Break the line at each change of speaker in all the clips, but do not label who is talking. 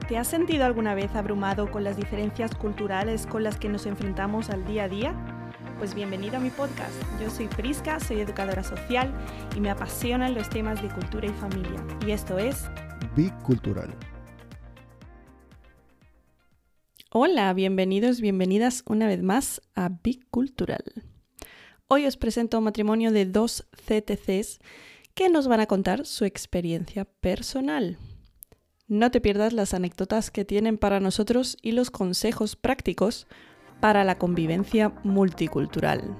¿Te has sentido alguna vez abrumado con las diferencias culturales con las que nos enfrentamos al día a día? Pues bienvenido a mi podcast. Yo soy Prisca, soy educadora social y me apasionan los temas de cultura y familia. Y esto es
Bicultural.
Hola, bienvenidos, bienvenidas una vez más a Bicultural. Hoy os presento un matrimonio de dos CTCs que nos van a contar su experiencia personal. No te pierdas las anécdotas que tienen para nosotros y los consejos prácticos para la convivencia multicultural.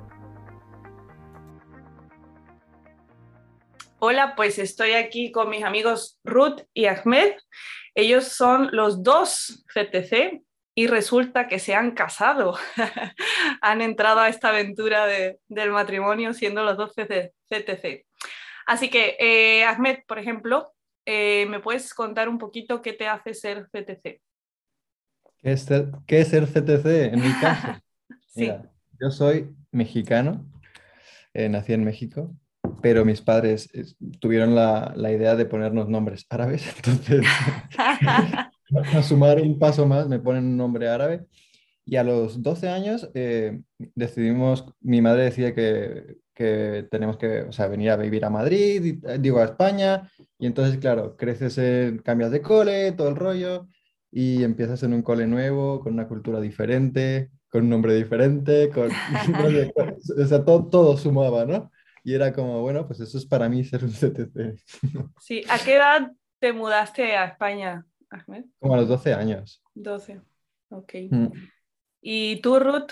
Hola, pues estoy aquí con mis amigos Ruth y Ahmed. Ellos son los dos CTC y resulta que se han casado. Han entrado a esta aventura del matrimonio siendo los dos CTC. Así que, Ahmed, por ejemplo, ¿me puedes contar un poquito qué te hace ser CTC?
¿Qué es ser CTC? En mi caso,
Sí.
mira, yo soy mexicano, nací en México, pero mis padres tuvieron la idea de ponernos nombres árabes, entonces a sumar un paso más me ponen un nombre árabe y a los 12 años decidimos, mi madre decide que tenemos que, o sea, venir a vivir a Madrid, digo a España, y entonces, claro, creces, cambias de cole, todo el rollo, y empiezas en un cole nuevo, con una cultura diferente, con un nombre diferente, no sé, o sea, todo sumaba, ¿no? Y era como, bueno, pues eso es para mí ser un CTC.
Sí, ¿a qué edad te mudaste a España, Ahmed?
Como a los 12 años.
12. Ok.
Mm.
¿Y tú, Ruth?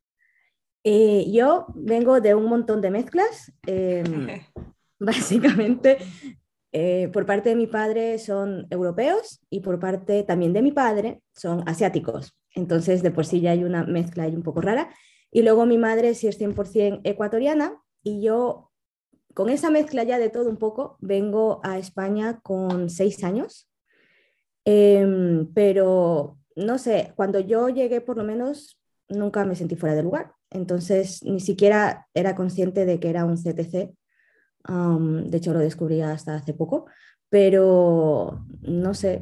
Yo vengo de un montón de mezclas. Básicamente, por parte de mi padre son europeos y por parte también de mi padre son asiáticos. Entonces, de por sí ya hay una mezcla ahí un poco rara. Y luego mi madre sí es 100% ecuatoriana y yo, con esa mezcla ya de todo un poco, vengo a España con 6 años. Pero no sé, cuando yo llegué por lo menos nunca me sentí fuera de lugar. Entonces ni siquiera era consciente de que era un CTC. De hecho lo descubrí hasta hace poco, pero no sé.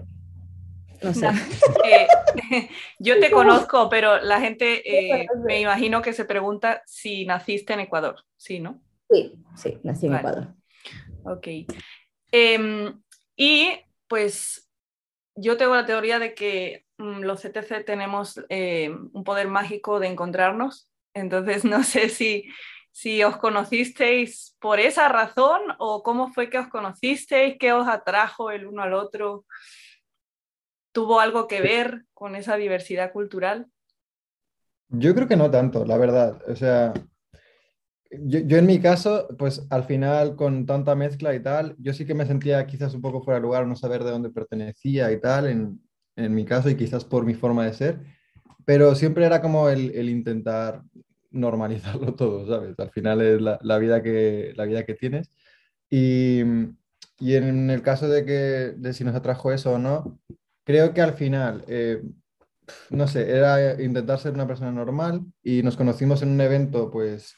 Yo te conozco, pero la gente me imagino que se pregunta si naciste en Ecuador, ¿sí, no?
Sí, nací en
Vale.
Ecuador.
Ok. Y pues yo tengo la teoría de que los CTC tenemos un poder mágico de encontrarnos, entonces no sé si os conocisteis por esa razón o cómo fue que os conocisteis, qué os atrajo el uno al otro. ¿Tuvo algo que ver con esa diversidad cultural?
Yo creo que no tanto, la verdad. O sea, yo en mi caso, pues al final con tanta mezcla y tal, yo sí que me sentía quizás un poco fuera de lugar, no saber de dónde pertenecía y tal, en mi caso y quizás por mi forma de ser, pero siempre era como el intentar normalizarlo todo, ¿sabes? Al final es la vida que tienes. Y, y en el caso de si nos atrajo eso o no, creo que al final, no sé, era intentar ser una persona normal y nos conocimos en un evento, pues,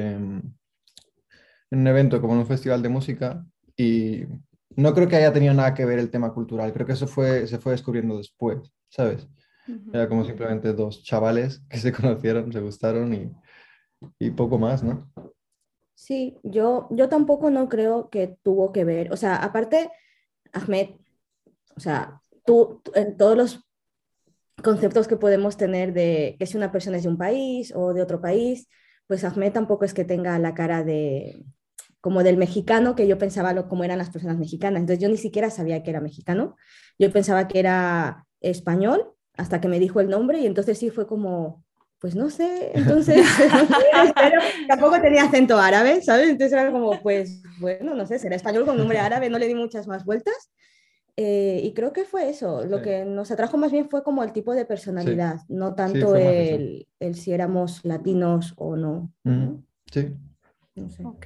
en un evento como en un festival de música y no creo que haya tenido nada que ver el tema cultural, creo que se fue descubriendo después, ¿sabes? Era como simplemente dos chavales que se conocieron, se gustaron y poco más, ¿no?
Sí, yo tampoco no creo que tuvo que ver. O sea, aparte, Ahmed, o sea, tú en todos los conceptos que podemos tener de que si una persona es de un país o de otro país, pues Ahmed tampoco es que tenga la cara de como del mexicano que yo pensaba como eran las personas mexicanas. Entonces yo ni siquiera sabía que era mexicano. Yo pensaba que era español hasta que me dijo el nombre y entonces sí fue como, pues no sé, entonces no sé, pero tampoco tenía acento árabe, ¿sabes? Entonces era como, pues bueno, no sé, será español con nombre árabe, no le di muchas más vueltas. Y creo que fue eso, lo
Sí,
que nos atrajo más bien fue como el tipo de
sí,
personalidad, no
sí,
tanto
fue más eso.
el si éramos latinos o no,
Ujú.
¿no?
Sí.
No sé.
Ok.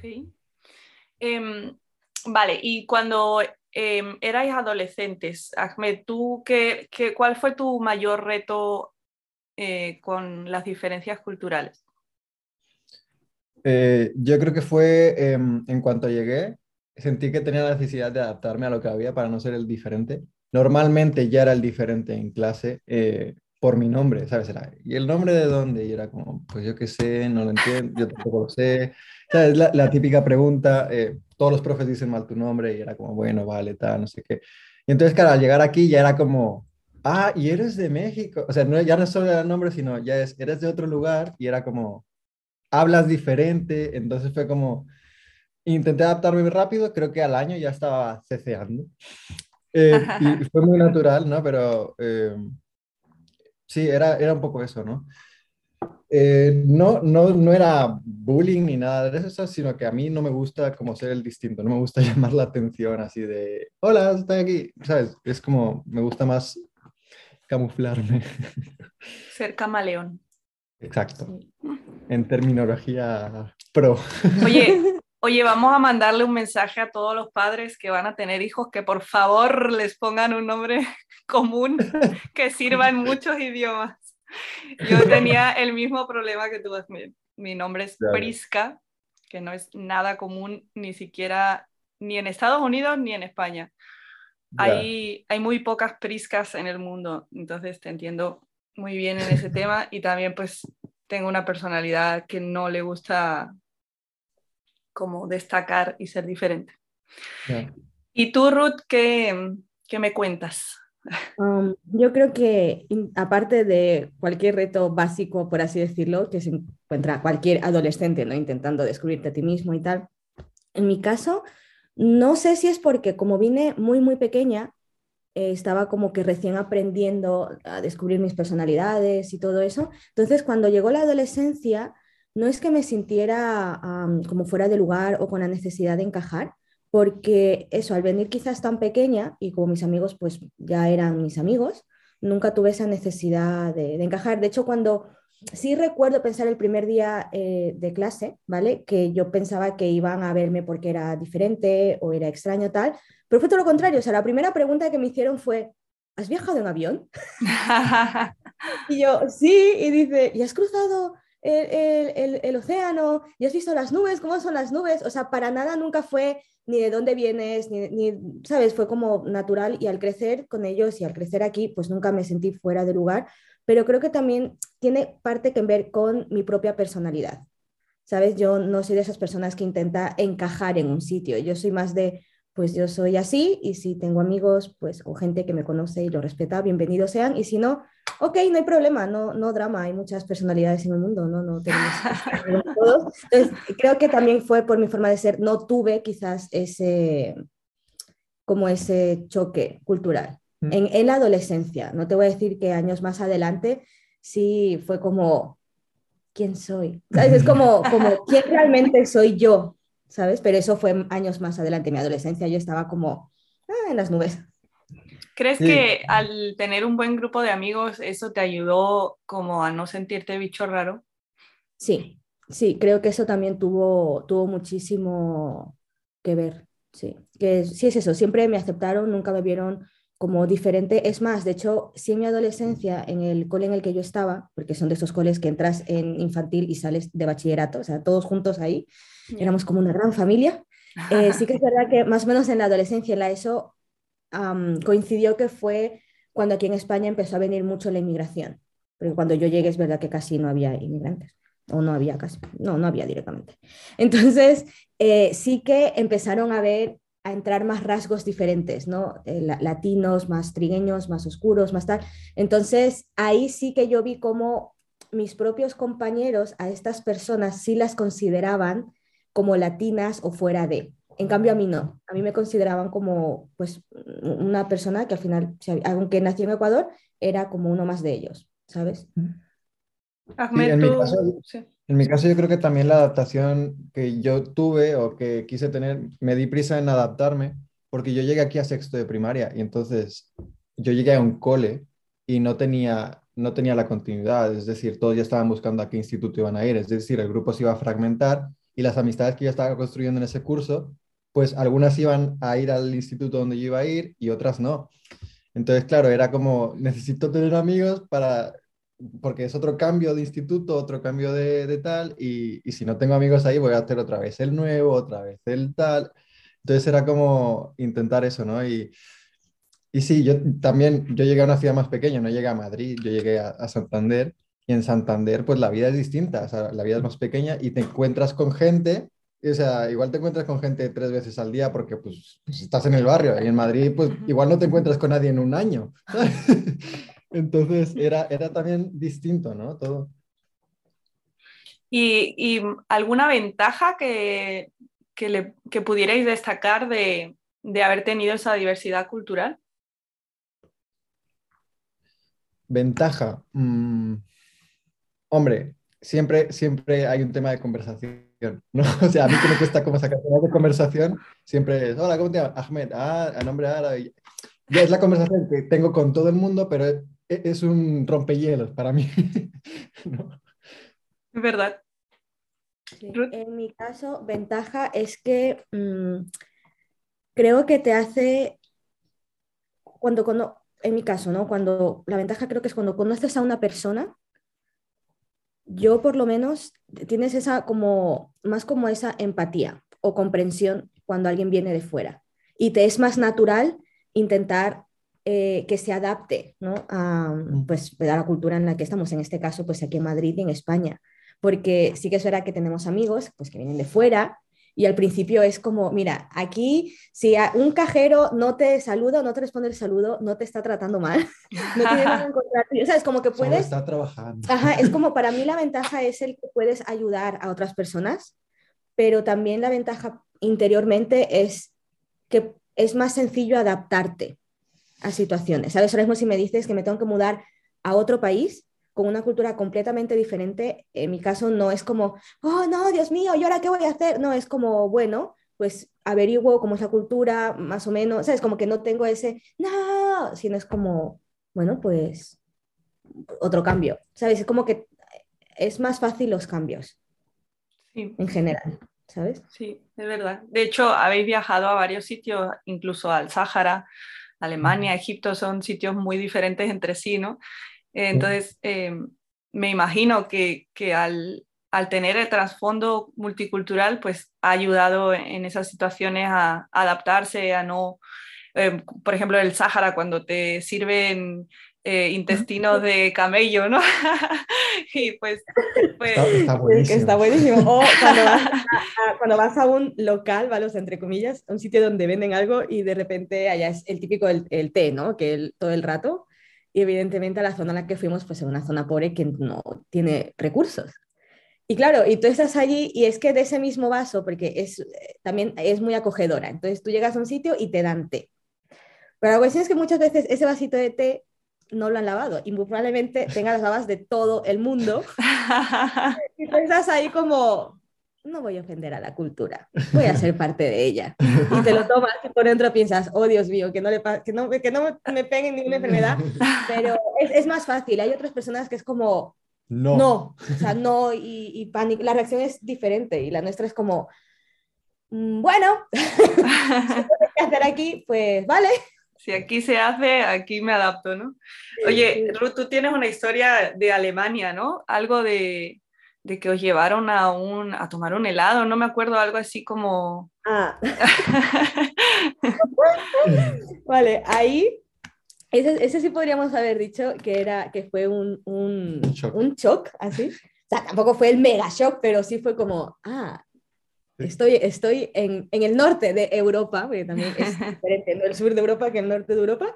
Vale, y cuando erais adolescentes, Ahmed, ¿cuál fue tu mayor reto con las diferencias culturales?
Yo creo que fue en cuanto llegué, sentí que tenía la necesidad de adaptarme a lo que había para no ser el diferente. normalmente ya era el diferente en clase por mi nombre, ¿sabes? Era, ¿y el nombre de dónde? Y era como, pues yo qué sé, no lo entiendo, yo tampoco lo sé. ¿Sabes? La típica pregunta, todos los profes dicen mal tu nombre y era como, bueno, vale, tal, no sé qué. Y entonces, claro, al llegar aquí ya era como, ah, y eres de México. O sea, no, ya no es solo el nombre, sino ya es, eres de otro lugar y era como, hablas diferente. Entonces fue como, intenté adaptarme muy rápido, creo que al año ya estaba ceceando. Y fue muy natural, ¿no? Pero sí, era un poco eso, ¿no? No era bullying ni nada de eso, sino que a mí no me gusta como ser el distinto, no me gusta llamar la atención así de, hola, estoy aquí, ¿sabes? Es como, me gusta más camuflarme.
Ser camaleón.
Exacto,
Sí.
en terminología pro.
Oye, oye, vamos a mandarle un mensaje a todos los padres que van a tener hijos que por favor les pongan un nombre común que sirva en muchos idiomas. Yo tenía el mismo problema que tú. Mi nombre es
Claro,
Prisca, que no es nada común ni siquiera ni en Estados Unidos ni en España.
ya.
Hay muy pocas Priscas en el mundo, entonces te entiendo muy bien en ese tema y también pues tengo una personalidad que no le gusta como destacar y ser diferente.
Ya.
¿Y tú, Ruth, qué me cuentas?
Yo creo que aparte de cualquier reto básico, por así decirlo, que se encuentra cualquier adolescente, ¿no? Intentando descubrirte a ti mismo y tal, en mi caso, no sé si es porque como vine muy, muy pequeña, estaba como que recién aprendiendo a descubrir mis personalidades y todo eso. Entonces, cuando llegó la adolescencia, no es que me sintiera como fuera de lugar o con la necesidad de encajar, porque eso, al venir quizás tan pequeña y como mis amigos pues ya eran mis amigos, nunca tuve esa necesidad de encajar. De hecho, cuando sí recuerdo pensar el primer día de clase, ¿vale? Que yo pensaba que iban a verme porque era diferente o era extraño tal, pero fue todo lo contrario. O sea, la primera pregunta que me hicieron fue, ¿has viajado en avión? Y yo, sí, y dice, ¿y has cruzado el océano? ¿Y has visto las nubes? ¿Cómo son las nubes? O sea, para nada nunca fue ni de dónde vienes, ¿sabes? Fue como natural y al crecer con ellos y al crecer aquí, pues nunca me sentí fuera de lugar, pero creo que también tiene parte que ver con mi propia personalidad. ¿Sabes? Yo no soy de esas personas que intenta encajar en un sitio. Yo soy más de, pues yo soy así y si tengo amigos, pues o gente que me conoce y lo respeta, bienvenidos sean. Y si no, ok, no hay problema, no drama. Hay muchas personalidades en el mundo, no tenemos que estar con todos. Entonces, creo que también fue por mi forma de ser. No tuve quizás como ese choque cultural. En la adolescencia, no te voy a decir que años más adelante sí fue como quién soy, ¿sabes? Es como quién realmente soy yo, ¿sabes? Pero eso fue años más adelante, en mi adolescencia yo estaba como en las nubes.
¿Crees
Sí,
que al tener un buen grupo de amigos eso te ayudó como a no sentirte bicho raro?
Sí, sí, creo que eso también tuvo muchísimo que ver, sí. Que sí es eso, siempre me aceptaron, nunca me vieron como diferente. Es más, de hecho, sí en mi adolescencia, en el cole en el que yo estaba, porque son de esos coles que entras en infantil y sales de bachillerato, o sea, todos juntos ahí,
Yeah.
éramos como una gran familia. Sí que es verdad que más o menos en la adolescencia, en la ESO, coincidió que fue cuando aquí en España empezó a venir mucho la inmigración, porque cuando yo llegué es verdad que casi no había inmigrantes, o no había casi, no había directamente. Entonces, sí que empezaron a ver, a entrar más rasgos diferentes, ¿no? Latinos, más trigueños, más oscuros, más tal. Entonces, ahí sí que yo vi cómo mis propios compañeros a estas personas sí las consideraban como latinas o fuera de. En cambio, a mí no. A mí me consideraban como pues una persona que al final, aunque nací en Ecuador, era como uno más de ellos, ¿sabes?
sí,
Ahmed, tú, sí.
en mi caso yo creo que también la adaptación que yo tuve o que quise tener, me di prisa en adaptarme, porque yo llegué aquí a sexto de primaria y entonces yo llegué a un cole y no tenía la continuidad, es decir, todos ya estaban buscando a qué instituto iban a ir, es decir, el grupo se iba a fragmentar y las amistades que yo estaba construyendo en ese curso, pues algunas iban a ir al instituto donde yo iba a ir y otras no. Entonces, claro, era como, necesito tener amigos para, porque es otro cambio de instituto, otro cambio de tal, y si no tengo amigos ahí, voy a hacer otra vez el nuevo, otra vez el tal. Entonces era como intentar eso, ¿no? Y Y sí, yo llegué a una ciudad más pequeña, no llegué a Madrid, yo llegué a Santander, y en Santander pues la vida es distinta, o sea, la vida es más pequeña y te encuentras con gente, o sea, igual te encuentras con gente 3 veces al día porque pues estás en el barrio, y en Madrid pues igual no te encuentras con nadie en un año, ¿sabes? Entonces era también distinto, ¿no? Todo.
¿Y alguna ventaja que pudierais destacar de haber tenido esa diversidad cultural?
Ventaja. Hombre, siempre hay un tema de conversación, ¿no? O sea, a mí que me cuesta como sacar temas de conversación, siempre es, hola, ¿cómo te llamas? Ahmed, a nombre árabe. Ya es la conversación que tengo con todo el mundo, pero es un rompehielos para mí, ¿no?
Es verdad.
Sí.
Ruth.
En mi caso, ventaja es que creo que te hace, en mi caso, ¿no? Cuando, la ventaja creo que es cuando conoces a una persona, yo por lo menos tienes esa como, más como esa empatía o comprensión cuando alguien viene de fuera. Y te es más natural intentar que se adapte, ¿no? Pues, a la cultura en la que estamos, en este caso, pues aquí en Madrid y en España. Porque sí que es verdad que tenemos amigos pues, que vienen de fuera y al principio es como, mira, aquí si un cajero no te saluda o no te responde el saludo, no te está tratando mal, no tiene nada en contra tuyo. O sea, es como que
Solo
puedes.
está trabajando.
Ajá, es como para mí la ventaja es el que puedes ayudar a otras personas, pero también la ventaja interiormente es que es más sencillo adaptarte a situaciones. ¿Sabes? Ahora mismo si me dices que me tengo que mudar a otro país con una cultura completamente diferente, en mi caso no es como, oh no, Dios mío, ¿y ahora qué voy a hacer? No, es como, bueno, pues averiguo cómo es la cultura, más o menos, ¿sabes? Como que no tengo ese, no, sino es como, bueno, pues otro cambio, ¿sabes? Es como que es más fácil los cambios
Sí,
en general, ¿sabes?
sí, es verdad. De hecho, habéis viajado a varios sitios, incluso al Sáhara, Alemania, Egipto, son sitios muy diferentes entre sí, ¿no? Entonces, me imagino que al tener el trasfondo multicultural, pues ha ayudado en esas situaciones a adaptarse, a no, por ejemplo, el Sáhara, cuando te sirven intestinos de camello, ¿no? Y pues
Está
Es que está
buenísimo.
buenísimo. O cuando vas a un local, ¿vale? O sea, entre comillas, a un sitio donde venden algo y de repente allá es el típico el té, ¿no? Que todo el rato. Y evidentemente a la zona a la que fuimos, pues es una zona pobre que no tiene recursos. Y claro, y tú estás allí y es que de ese mismo vaso, porque también es muy acogedora. Entonces tú llegas a un sitio y te dan té. Pero la cuestión es que muchas veces ese vasito de té no lo han lavado y muy probablemente tenga las babas de todo el mundo. Y tú estás ahí como, no voy a ofender a la cultura, voy a ser parte de ella. Y te lo tomas y por dentro piensas, oh Dios mío, que no me peguen ninguna enfermedad, pero es más fácil. Hay otras personas que es como,
No.
no, o sea, no, y pánico. La reacción es diferente y la nuestra es como, bueno, si no hay que hacer aquí, pues vale.
Si aquí se hace, aquí me adapto, ¿no? Oye, Ruth, tú tienes una historia de Alemania, ¿no? Algo de que os llevaron a tomar un helado, no me acuerdo, algo así como...
Ah, vale, ahí, ese sí podríamos haber dicho que fue
Un shock.
un shock, así. O sea, tampoco fue el mega shock, pero sí fue como, estoy en el norte de Europa, porque también es diferente, ¿no? El sur de Europa que el norte de Europa.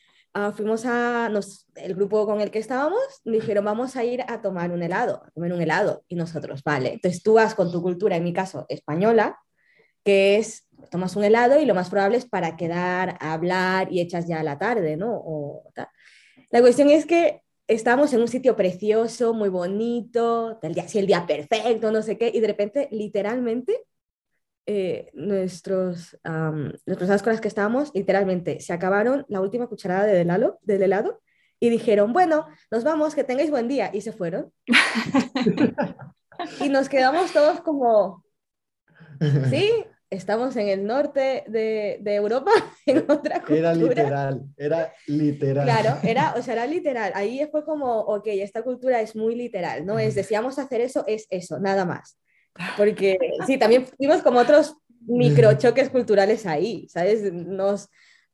El grupo con el que estábamos dijeron, vamos a ir a tomar un helado, a comer un helado. Y nosotros, vale. Entonces tú vas con tu cultura, en mi caso, española, que es, tomas un helado y lo más probable es para quedar a hablar y echas ya la tarde, ¿no? La cuestión es que estábamos en un sitio precioso, muy bonito, el día perfecto, no sé qué, y de repente, literalmente, las personas con las que estábamos, literalmente, se acabaron la última cucharada del helado y dijeron, bueno, nos vamos, que tengáis buen día, y se fueron. Y nos quedamos todos como, sí, estamos en el norte de Europa, en otra
Era
cultura.
literal, era literal.
Claro, o sea, era literal. Ahí fue como, ok, esta cultura es muy literal, no es deseamos hacer eso, es eso, nada más. Porque sí, también tuvimos como otros microchoques culturales ahí, ¿sabes?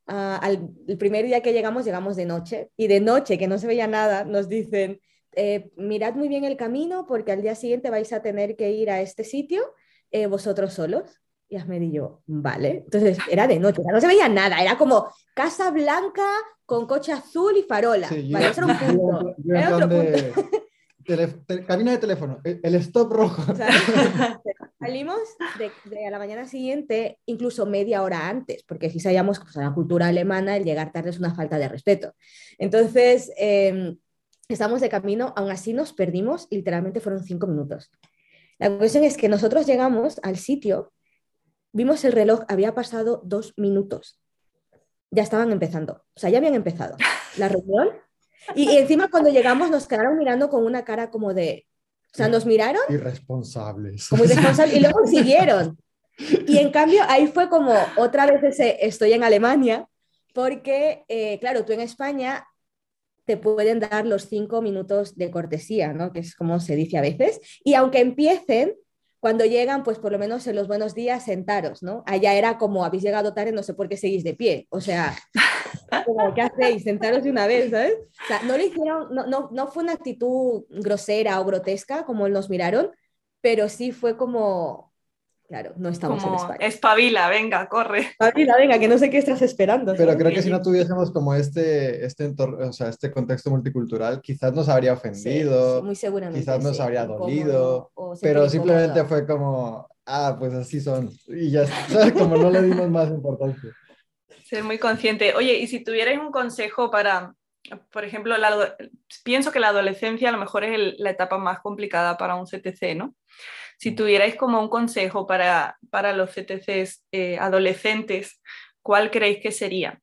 el primer día que llegamos, llegamos de noche y de noche, que no se veía nada, nos dicen, mirad muy bien el camino porque al día siguiente vais a tener que ir a este sitio vosotros solos. Y Ahmed y yo, vale. Entonces era de noche, no se veía nada, era como Casa Blanca con coche azul y farola.
Sí,
Vale, eso era un punto.
yo en
Era
plan
otro punto.
de cabina de teléfono, el stop rojo.
¿Sabes? Salimos a la mañana siguiente, incluso media hora antes, porque si sabíamos que pues, la cultura alemana, el llegar tarde es una falta de respeto. Entonces, estamos de camino, aún así nos perdimos, literalmente fueron 5 minutos. La cuestión es que nosotros llegamos al sitio, vimos el reloj, había pasado 2 minutos, ya estaban empezando, o sea, ya habían empezado la reunión. Y encima cuando llegamos nos quedaron mirando con una cara como de, o sea, nos miraron
Irresponsables.
como irresponsables y luego siguieron. Y en cambio ahí fue como otra vez ese estoy en Alemania, porque claro, tú en España te pueden dar los 5 minutos de cortesía, ¿no? Que es como se dice a veces. Y aunque empiecen, cuando llegan, pues por lo menos en los buenos días, sentaros, ¿no? Allá era como, habéis llegado tarde, no sé por qué seguís de pie. O sea, como, ¿qué hacéis? Sentaros de una vez, ¿sabes? O sea, no le hicieron, no fue una actitud grosera o grotesca como nos miraron, pero sí fue como, claro, no estamos en
Como,
España.
espabila, venga, corre.
Paulina, venga, que no sé qué estás esperando,
Pero
¿sabes?
creo que si no tuviésemos como este entorno, o sea, este contexto multicultural, quizás nos habría
Sí, sí,
ofendido,
muy
quizás
seguramente
nos
sí,
habría
incómodo
dolido,
o sentir
pero simplemente
incómodo.
fue como, ah, pues así son. Y ya está, como no le dimos más importancia.
Ser muy consciente. Oye, y si tuvierais un consejo para, por ejemplo, pienso que la adolescencia a lo mejor es la etapa más complicada para un CTC, ¿no? Si tuvierais como un consejo para los CTCs adolescentes, ¿cuál creéis que sería?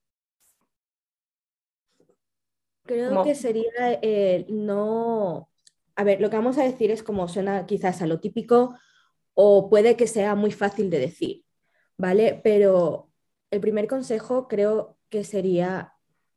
Creo que
Como,
sería no... A ver, lo que vamos a decir es como suena quizás a lo típico o puede que sea muy fácil de decir, ¿vale? Pero el primer consejo creo que sería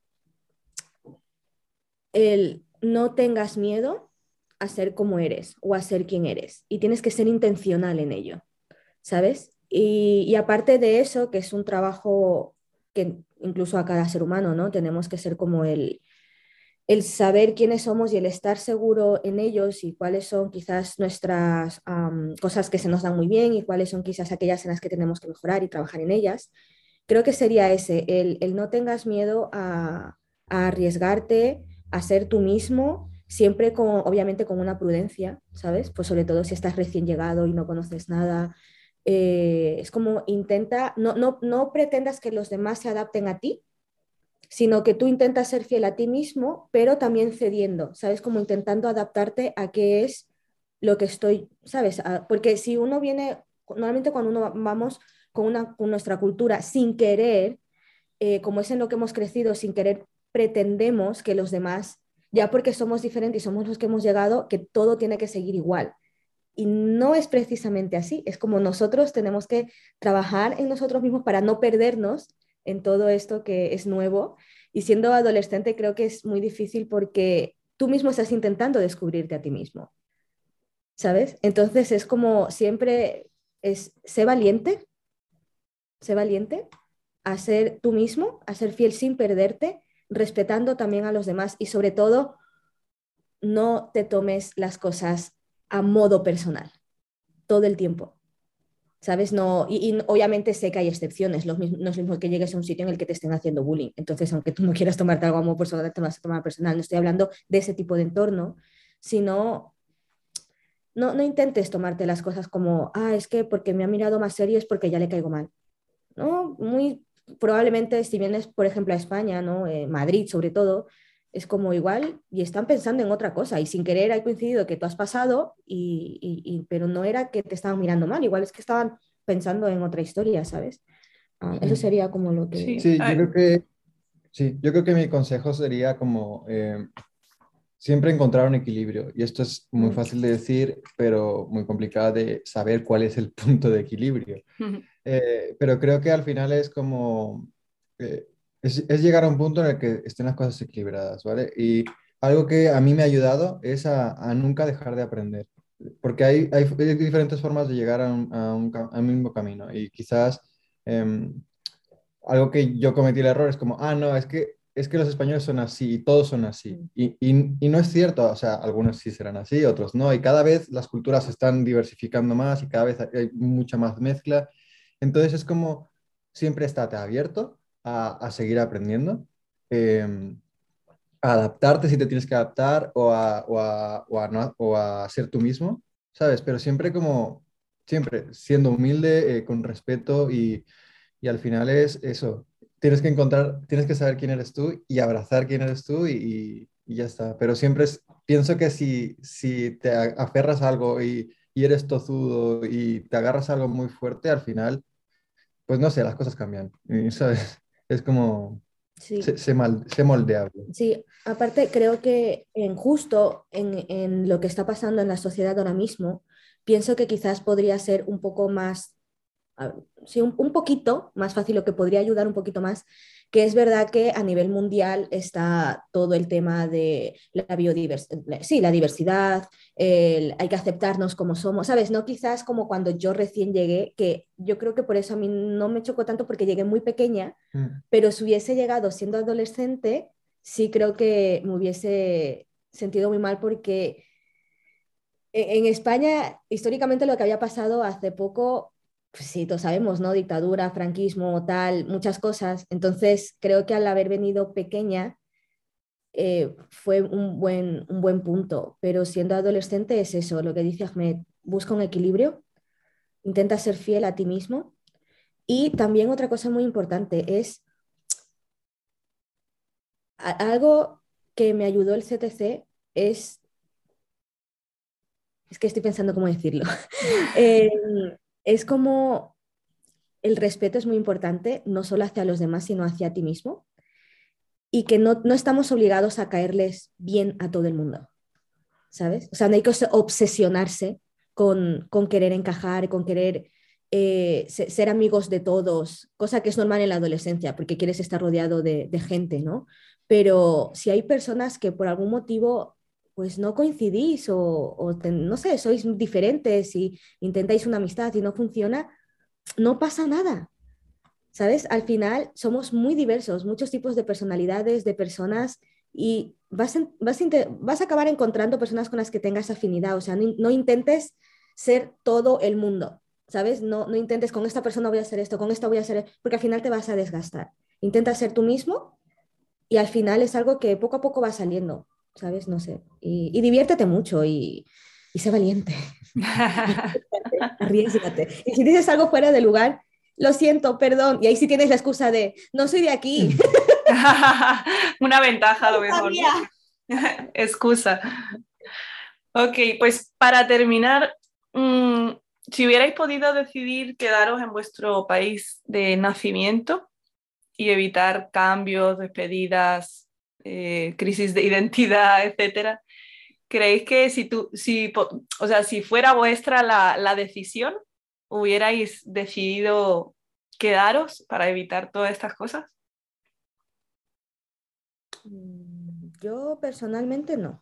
el no tengas miedo a ser como eres o a ser quien eres y tienes que ser intencional en ello, ¿sabes? Y aparte de eso, que es un trabajo que incluso a cada ser humano, ¿no? Tenemos que ser como el saber quiénes somos y el estar seguro en ellos y cuáles son quizás nuestras cosas que se nos dan muy bien y cuáles son quizás aquellas en las que tenemos que mejorar y trabajar en ellas. Creo que sería ese, el no tengas miedo a arriesgarte, a ser tú mismo, siempre con, obviamente con una prudencia, ¿sabes? Pues sobre todo si estás recién llegado y no conoces nada. Es como intenta, no pretendas que los demás se adapten a ti, sino que tú intentas ser fiel a ti mismo, pero también cediendo, ¿sabes? Como intentando adaptarte a qué es lo que estoy, ¿sabes? Porque si uno viene, normalmente cuando uno vamos con nuestra cultura sin querer, como es en lo que hemos crecido, sin querer pretendemos que los demás, ya porque somos diferentes y somos los que hemos llegado, que todo tiene que seguir igual. Y no es precisamente así, es como nosotros tenemos que trabajar en nosotros mismos para no perdernos en todo esto que es nuevo. Y siendo adolescente creo que es muy difícil porque tú mismo estás intentando descubrirte a ti mismo, ¿sabes? Entonces es como siempre es, sé valiente a ser tú mismo, a ser fiel sin perderte, respetando también a los demás y sobre todo no te tomes las cosas a modo personal todo el tiempo. ¿Sabes? No, y obviamente sé que hay excepciones, no es lo mismo que llegues a un sitio en el que te estén haciendo bullying. Entonces, aunque tú no quieras tomarte algo como personal, te vas a tomar personal. No estoy hablando de ese tipo de entorno, sino no intentes tomarte las cosas como, es que porque me ha mirado más serio es porque ya le caigo mal. ¿No? Muy probablemente si vienes, por ejemplo, a España, ¿no? Madrid sobre todo, es como igual y están pensando en otra cosa y sin querer hay coincidido que tú has pasado, pero no era que te estaban mirando mal, igual es que estaban pensando en otra historia, ¿sabes? Eso
Sí,
sería como lo que...
sí,
sí, yo creo que mi consejo sería como siempre encontrar un equilibrio. Y esto es muy
Mm,
fácil de decir, pero muy complicado de saber cuál es el punto de equilibrio. Pero creo que al final es como, eh, es llegar a un punto en el que estén las cosas equilibradas, ¿vale? Y algo que a mí me ha ayudado es a nunca dejar de aprender, porque hay diferentes formas de llegar a un mismo camino y quizás em, algo que yo cometí el error es como, ah, no, es que los españoles son así y todos son así. Y no es cierto, o sea, algunos sí serán así, otros no. Y cada vez las culturas se están diversificando más y cada vez hay mucha más mezcla. Entonces es como, siempre estate abierto a seguir aprendiendo, eh, a adaptarte si te tienes que adaptar o a ser tú mismo, ¿sabes? Pero siempre como, siempre siendo humilde, con respeto y al final es eso. Tienes que saber quién eres tú y abrazar quién eres tú y ya está. Pero siempre pienso que si te aferras a algo y eres tozudo y te agarras a algo muy fuerte, al final, pues no sé, las cosas cambian. Y, ¿sabes? Es como,
Sí,
sé moldeable.
sí. Aparte creo que justo en lo que está pasando en la sociedad ahora mismo, pienso que quizás podría ser un poco más sí, un poquito más fácil, lo que podría ayudar un poquito más, que es verdad que a nivel mundial está todo el tema de la biodiversidad, sí, la diversidad, hay que aceptarnos como somos, ¿sabes? No quizás como cuando yo recién llegué, que yo creo que por eso a mí no me chocó tanto porque llegué muy pequeña,
Mm.
pero si hubiese llegado siendo adolescente, sí creo que me hubiese sentido muy mal porque en España, históricamente lo que había pasado hace poco, pues sí, todos sabemos, ¿no? Dictadura, franquismo, tal, muchas cosas. Entonces, creo que al haber venido pequeña fue un buen punto. Pero siendo adolescente es eso, lo que dice Ahmed, busca un equilibrio, intenta ser fiel a ti mismo. Y también otra cosa muy importante es algo que me ayudó el CTC es que estoy pensando cómo decirlo. Eh, es como el respeto es muy importante, no solo hacia los demás, sino hacia ti mismo, y que no estamos obligados a caerles bien a todo el mundo, ¿sabes? O sea, no hay que obsesionarse con querer encajar, con querer ser amigos de todos, cosa que es normal en la adolescencia, porque quieres estar rodeado de gente, ¿no? Pero si hay personas que por algún motivo pues no coincidís no sé, sois diferentes y intentáis una amistad y no funciona, no pasa nada, ¿sabes? Al final somos muy diversos, muchos tipos de personalidades, de personas, y vas a acabar encontrando personas con las que tengas afinidad. O sea, no intentes ser todo el mundo, ¿sabes? No intentes con esta persona voy a hacer esto, con esta voy a hacer, porque al final te vas a desgastar. Intenta ser tú mismo y al final es algo que poco a poco va saliendo, ¿sabes? No sé. Y diviértete mucho y sé valiente. Arriésgate. Y si dices algo fuera de lugar, lo siento, perdón. Y ahí sí tienes la excusa de, no soy de aquí.
Una ventaja a
No
lo mejor, ¿no?
sabía.
Excusa. Ok, pues para terminar, mm, si hubierais podido decidir quedaros en vuestro país de nacimiento y evitar cambios, despedidas, crisis de identidad, etcétera, ¿creéis que o sea, si fuera vuestra la decisión, hubierais decidido quedaros para evitar todas estas cosas?
Yo personalmente no.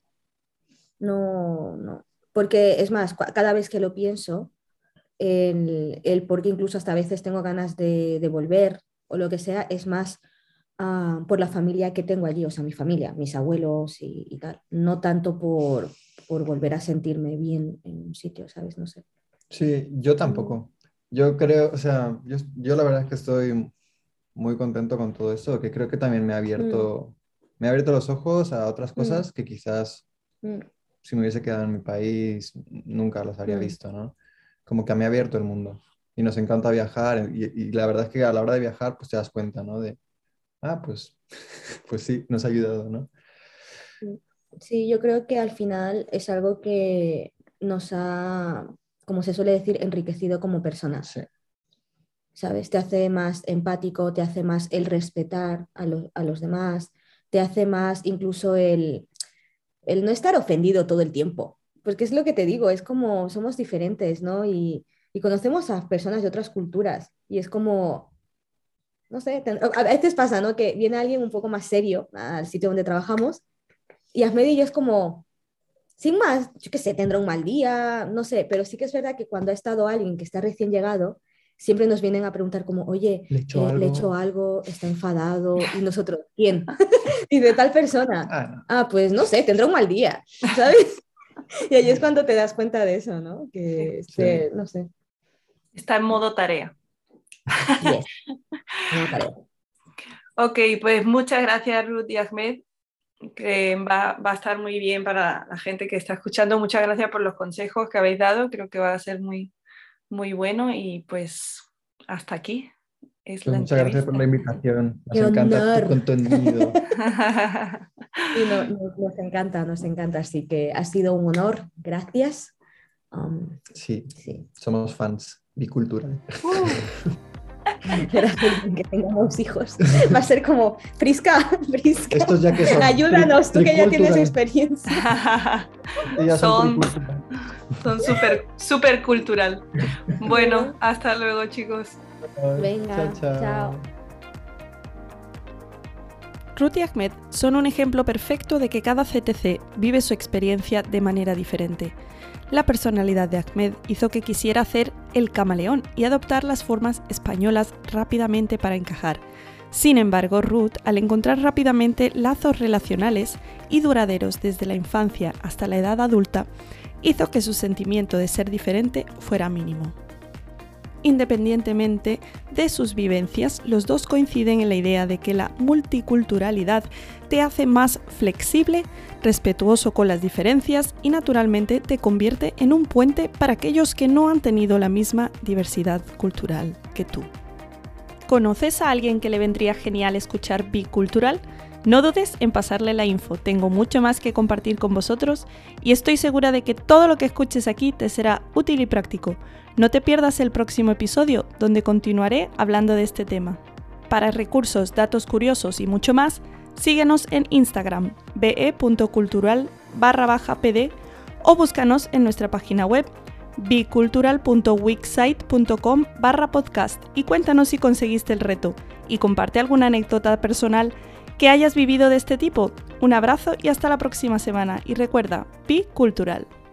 No, no. Porque es más, cada vez que lo pienso, porque incluso hasta a veces tengo ganas de volver o lo que sea, es más por la familia que tengo allí, o sea, mi familia, mis abuelos y tal, no tanto por volver a sentirme bien en un sitio, ¿sabes? No sé.
Sí, yo tampoco. Yo creo, o sea, yo la verdad es que estoy muy contento con todo esto, que creo que también
Mm,
me ha abierto los ojos a otras
mm,
cosas que quizás
mm,
si me hubiese quedado en mi país nunca las habría
mm.
visto, ¿no? Como que me ha abierto el mundo y nos encanta viajar y la verdad es que a la hora de viajar pues te das cuenta, ¿no? Pues, pues sí, nos ha ayudado, ¿no?
Mm. Sí, yo creo que al final es algo que nos ha, como se suele decir, enriquecido como personas,
Sí,
¿sabes? Te hace más empático, te hace más el respetar a los demás, te hace más incluso el no estar ofendido todo el tiempo, porque es lo que te digo, es como somos diferentes, ¿no? Y conocemos a personas de otras culturas y es como, no sé, a veces pasa, ¿no? Que viene alguien un poco más serio al sitio donde trabajamos y Ahmed y yo es como, sin más, yo qué sé, tendrá un mal día, no sé, pero sí que es verdad que cuando ha estado alguien que está recién llegado, siempre nos vienen a preguntar como, oye,
¿Le
le echo algo, está enfadado, y nosotros, ¿quién? Y de tal persona,
No.
pues no sé, tendrá un mal día, ¿sabes? Y ahí es cuando te das cuenta de eso, ¿no? Que, no sé.
Está en modo tarea.
Yes. No, tarea.
Ok, pues muchas gracias Ruth y Ahmed, que va a estar muy bien para la gente que está escuchando. Muchas gracias por los consejos que habéis dado, creo que va a ser muy, muy bueno y pues hasta aquí es
Pues
la
muchas gracias por la
entrevista.
invitación. Nos
¡Qué
encanta
honor!
tu contenido.
Y nos encanta, así que ha sido un honor, gracias.
Sí,
Sí.
somos fans bicultural.
Que tengamos hijos. Va a ser como, Prisca,
Estos ya que son
ayúdanos, tú que ya tienes experiencia.
Son súper cultural. Bueno, hasta luego, chicos.
Venga, chao.
Ruth y Ahmed son un ejemplo perfecto de que cada CTC vive su experiencia de manera diferente. La personalidad de Ahmed hizo que quisiera hacer el camaleón y adoptar las formas españolas rápidamente para encajar. Sin embargo, Ruth, al encontrar rápidamente lazos relacionales y duraderos desde la infancia hasta la edad adulta, hizo que su sentimiento de ser diferente fuera mínimo. Independientemente de sus vivencias, los dos coinciden en la idea de que la multiculturalidad te hace más flexible, respetuoso con las diferencias y naturalmente te convierte en un puente para aquellos que no han tenido la misma diversidad cultural que tú. ¿Conoces a alguien que le vendría genial escuchar Bicultural? No dudes en pasarle la info, tengo mucho más que compartir con vosotros y estoy segura de que todo lo que escuches aquí te será útil y práctico. No te pierdas el próximo episodio, donde continuaré hablando de este tema. Para recursos, datos curiosos y mucho más, síguenos en Instagram, be.cultural_pd o búscanos en nuestra página web bicultural.wixsite.com/podcast y cuéntanos si conseguiste el reto y comparte alguna anécdota personal que hayas vivido de este tipo. Un abrazo y hasta la próxima semana y recuerda, Bicultural.